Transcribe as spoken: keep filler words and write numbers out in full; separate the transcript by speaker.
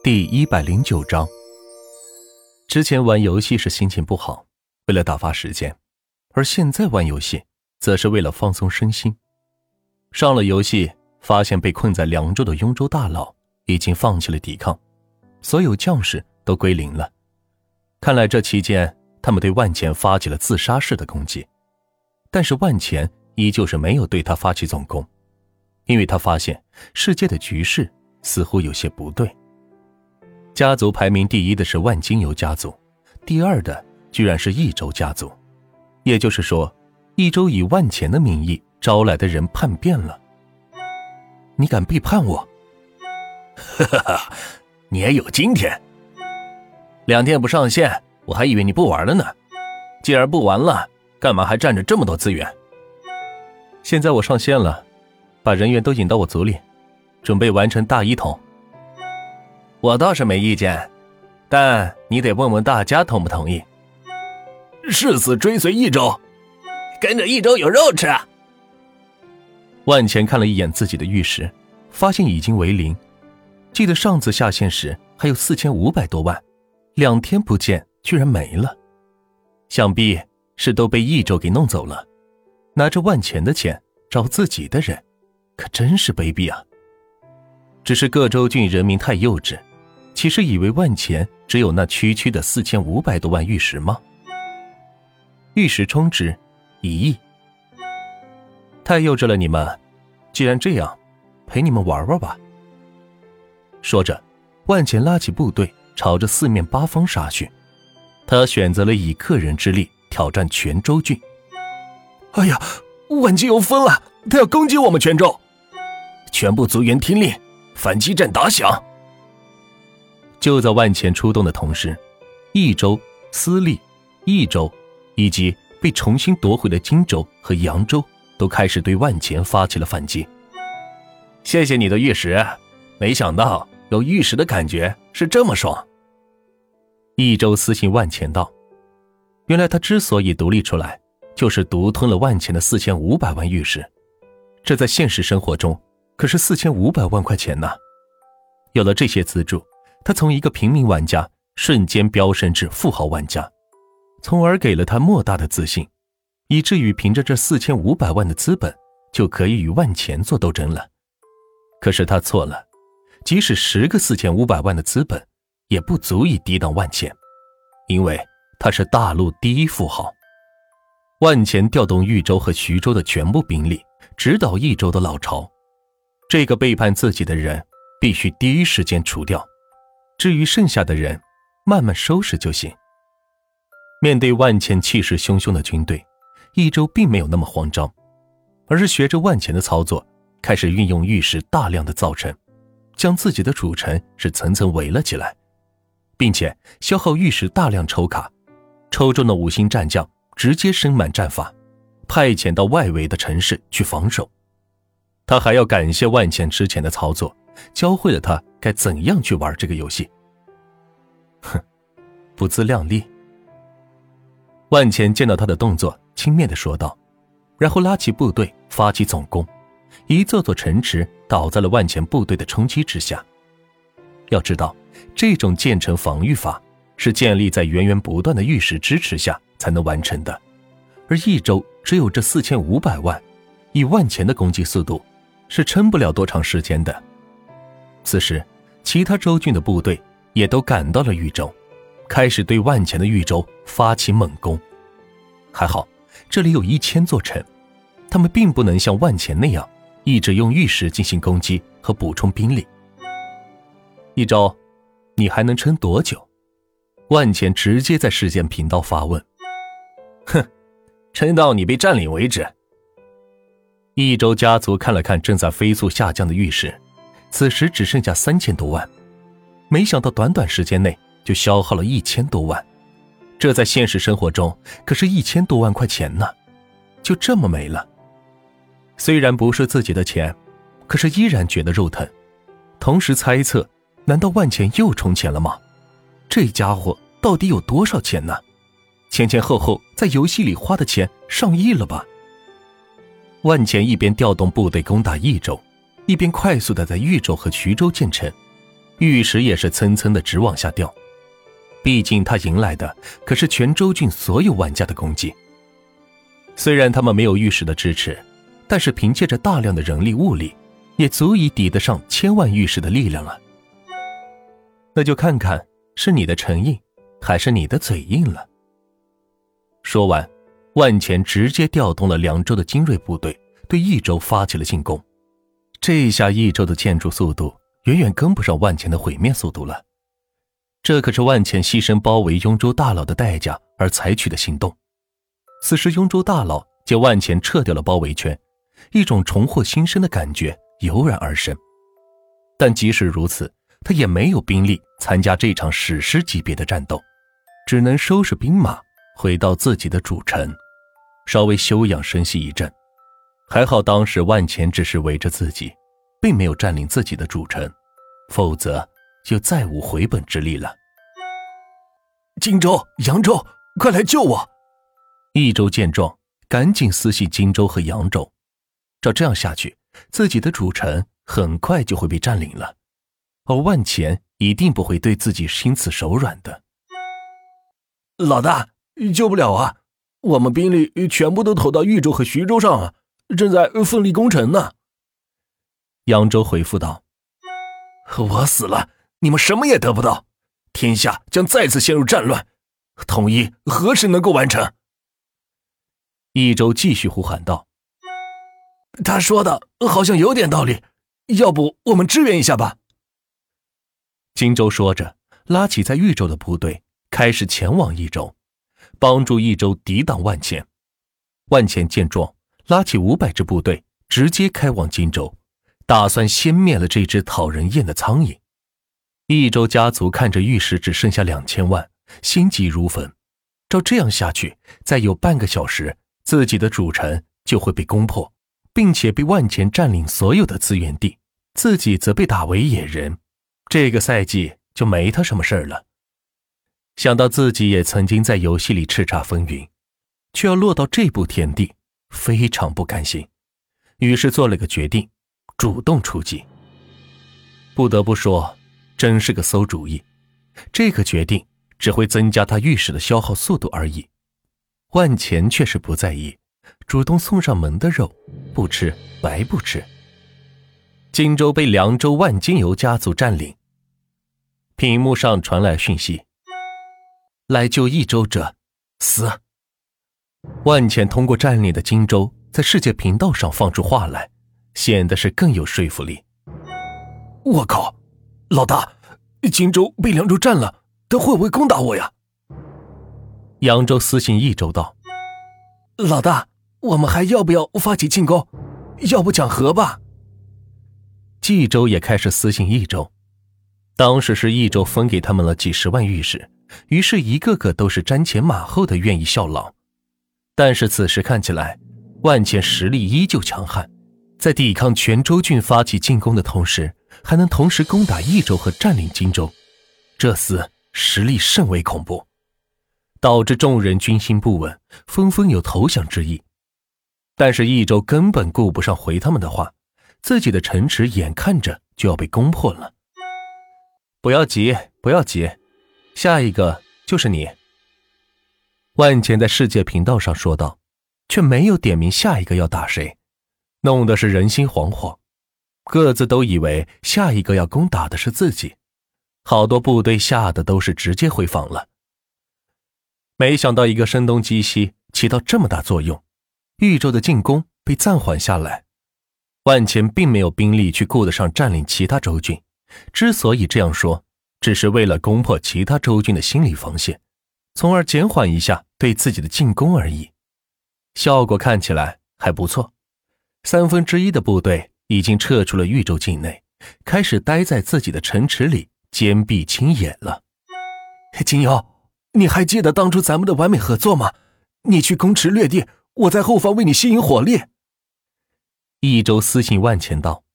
Speaker 1: 第一百零九章。之前玩游戏是心情不好，为了打发时间，而现在玩游戏则是为了放松身心。上了游戏，发现被困在凉州的雍州大佬已经放弃了抵抗，所有将士都归零了。看来这期间他们对万钱发起了自杀式的攻击，但是万钱依旧是没有对他发起总攻，因为他发现世界的局势似乎有些不对。家族排名第一的是万金油家族，第二的居然是益州家族，也就是说益州以万钱的名义招来的人叛变了。你敢背叛我？
Speaker 2: 哈哈哈，你也有今天。两天不上线，我还以为你不玩了呢。既然不玩了，干嘛还占着这么多资源？
Speaker 1: 现在我上线了，把人员都引到我族里，准备完成大一统。
Speaker 2: 我倒是没意见，但你得问问大家同不同意。誓死追随益州，跟着益州有肉吃啊！
Speaker 1: 万钱看了一眼自己的玉石，发现已经为零。记得上次下线时还有四千五百多万，两天不见居然没了，想必是都被益州给弄走了。拿着万钱的钱找自己的人，可真是卑鄙啊！只是各州郡人民太幼稚，其实以为万钱只有那区区的四千五百多万玉石吗？玉石充值一亿，太幼稚了你们！既然这样，陪你们玩玩吧。说着，万钱拉起部队朝着四面八方杀去。他选择了以个人之力挑战全州郡。
Speaker 2: 哎呀，万金油疯了，他要攻击我们全州！全部族员听令，反击战打响！
Speaker 1: 就在万钱出动的同时，益州、私立、益州以及被重新夺回的荆州和扬州都开始对万钱发起了反击。
Speaker 2: 谢谢你的玉石，没想到有玉石的感觉是这么爽。
Speaker 1: 益州私信万钱道，原来他之所以独立出来，就是独吞了万钱的四千五百万玉石，这在现实生活中可是四千五百万块钱呢。有了这些资助，他从一个平民玩家瞬间飙升至富豪玩家，从而给了他莫大的自信，以至于凭着这四千五百万的资本就可以与万钱做斗争了。可是他错了，即使十个四千五百万的资本也不足以抵挡万钱，因为他是大陆第一富豪。万钱调动豫州和徐州的全部兵力，直捣益州的老巢。这个背叛自己的人必须第一时间除掉，至于剩下的人慢慢收拾就行。面对万钱气势汹汹的军队，益州并没有那么慌张，而是学着万钱的操作，开始运用玉石大量的造城，将自己的主城是层层围了起来，并且消耗玉石大量抽卡，抽中的五星战将直接升满战法，派遣到外围的城市去防守。他还要感谢万钱之前的操作，教会了他该怎样去玩这个游戏。哼，不自量力。万钱见到他的动作，轻蔑地说道，然后拉起部队发起总攻，一座座城池倒在了万钱部队的冲击之下。要知道，这种建城防御法是建立在源源不断的玉石支持下才能完成的，而益州只有这四千五百万，以万钱的攻击速度是撑不了多长时间的。此时其他州郡的部队也都赶到了豫州，开始对万钱的豫州发起猛攻。还好这里有一千座城，他们并不能像万钱那样一直用玉石进行攻击和补充兵力。益州，你还能撑多久？万钱直接在事件频道发问。
Speaker 2: 哼，撑到你被占领为止。
Speaker 1: 益州家族看了看正在飞速下降的玉石，此时只剩下三千多万，没想到短短时间内就消耗了一千多万，这在现实生活中可是一千多万块钱呢，就这么没了。虽然不是自己的钱，可是依然觉得肉疼，同时猜测，难道万钱又充钱了吗？这家伙到底有多少钱呢？前前后后在游戏里花的钱上亿了吧？万钱一边调动部队攻打益州，一边快速地在豫州和徐州建成， 玉石也是蹭蹭的直往下掉。毕竟他迎来的可是全州郡所有玩家的攻击。虽然他们没有玉石的支持，但是凭借着大量的人力物力，也足以抵得上千万玉石的力量了。那就看看是你的诚意还是你的嘴硬了。说完，万钱直接调动了凉州的精锐部队，对益州发起了进攻。这一下益州的建筑速度远远跟不上万钱的毁灭速度了。这可是万钱牺牲包围雍州大佬的代价而采取的行动。此时雍州大佬见万钱撤掉了包围圈，一种重获新生的感觉油然而生。但即使如此，他也没有兵力参加这场史诗级别的战斗，只能收拾兵马回到自己的主城，稍微休养生息一阵。还好当时万钱只是围着自己，并没有占领自己的主城，否则就再无回本之力了。
Speaker 2: 荆州、扬州，快来救我！
Speaker 1: 益州见状，赶紧私信荆州和扬州。照这样下去，自己的主城很快就会被占领了，而万钱一定不会对自己心慈手软的。
Speaker 2: 老大，救不了啊！我们兵力全部都投到豫州和徐州上啊，正在奋力攻城呢。
Speaker 1: 扬州回复道：
Speaker 2: 我死了，你们什么也得不到，天下将再次陷入战乱，统一何时能够完成？
Speaker 1: 益州继续呼喊道：
Speaker 2: 他说的好像有点道理，要不我们支援一下吧。
Speaker 1: 荆州说着，拉起在豫州的部队，开始前往益州，帮助益州抵挡万钱。万钱见状，拉起五百支部队，直接开往荆州，打算先灭了这只讨人厌的苍蝇。益州家族看着玉石只剩下两千万，心急如焚。照这样下去，再有半个小时，自己的主城就会被攻破，并且被万钱占领所有的资源地，自己则被打为野人。这个赛季就没他什么事儿了。想到自己也曾经在游戏里叱咤风云，却要落到这步田地，非常不甘心，于是做了个决定，主动出击。不得不说，真是个馊主意。这个决定只会增加他玉石的消耗速度而已。万钱却是不在意，主动送上门的肉，不吃白不吃。荆州被凉州万金油家族占领，屏幕上传来讯息：来救益州者死。万钱通过占领的荆州，在世界频道上放出话来，显得是更有说服力。
Speaker 2: 我靠，老大，荆州被凉州占了，他会不会攻打我呀？
Speaker 1: 扬州私信益州道：
Speaker 2: 老大，我们还要不要发起进攻？要不讲和吧？
Speaker 1: 冀州也开始私信益州，当时是益州分给他们了几十万玉石，于是一个个都是瞻前马后的愿意效劳。但是此时看起来，万钱实力依旧强悍，在抵抗全州郡发起进攻的同时，还能同时攻打益州和占领荆州，这厮实力甚为恐怖，导致众人军心不稳，纷纷有投降之意。但是益州根本顾不上回他们的话，自己的城池眼看着就要被攻破了。不要急，不要急，下一个就是你。万钱在世界频道上说道，却没有点名下一个要打谁，弄得是人心惶惶，各自都以为下一个要攻打的是自己，好多部队吓得都是直接回防了。没想到一个声东击西起到这么大作用，豫州的进攻被暂缓下来。万钱并没有兵力去顾得上占领其他州郡，之所以这样说，只是为了攻破其他州郡的心理防线，从而减缓一下对自己的进攻而已。效果看起来还不错，三分之一的部队已经撤出了豫州境内，开始待在自己的城池里坚壁清野了。
Speaker 2: 金瑶，你还记得当初咱们的完美合作吗？你去攻池掠地，我在后方为你吸引火力。
Speaker 1: 益州私信万钱道：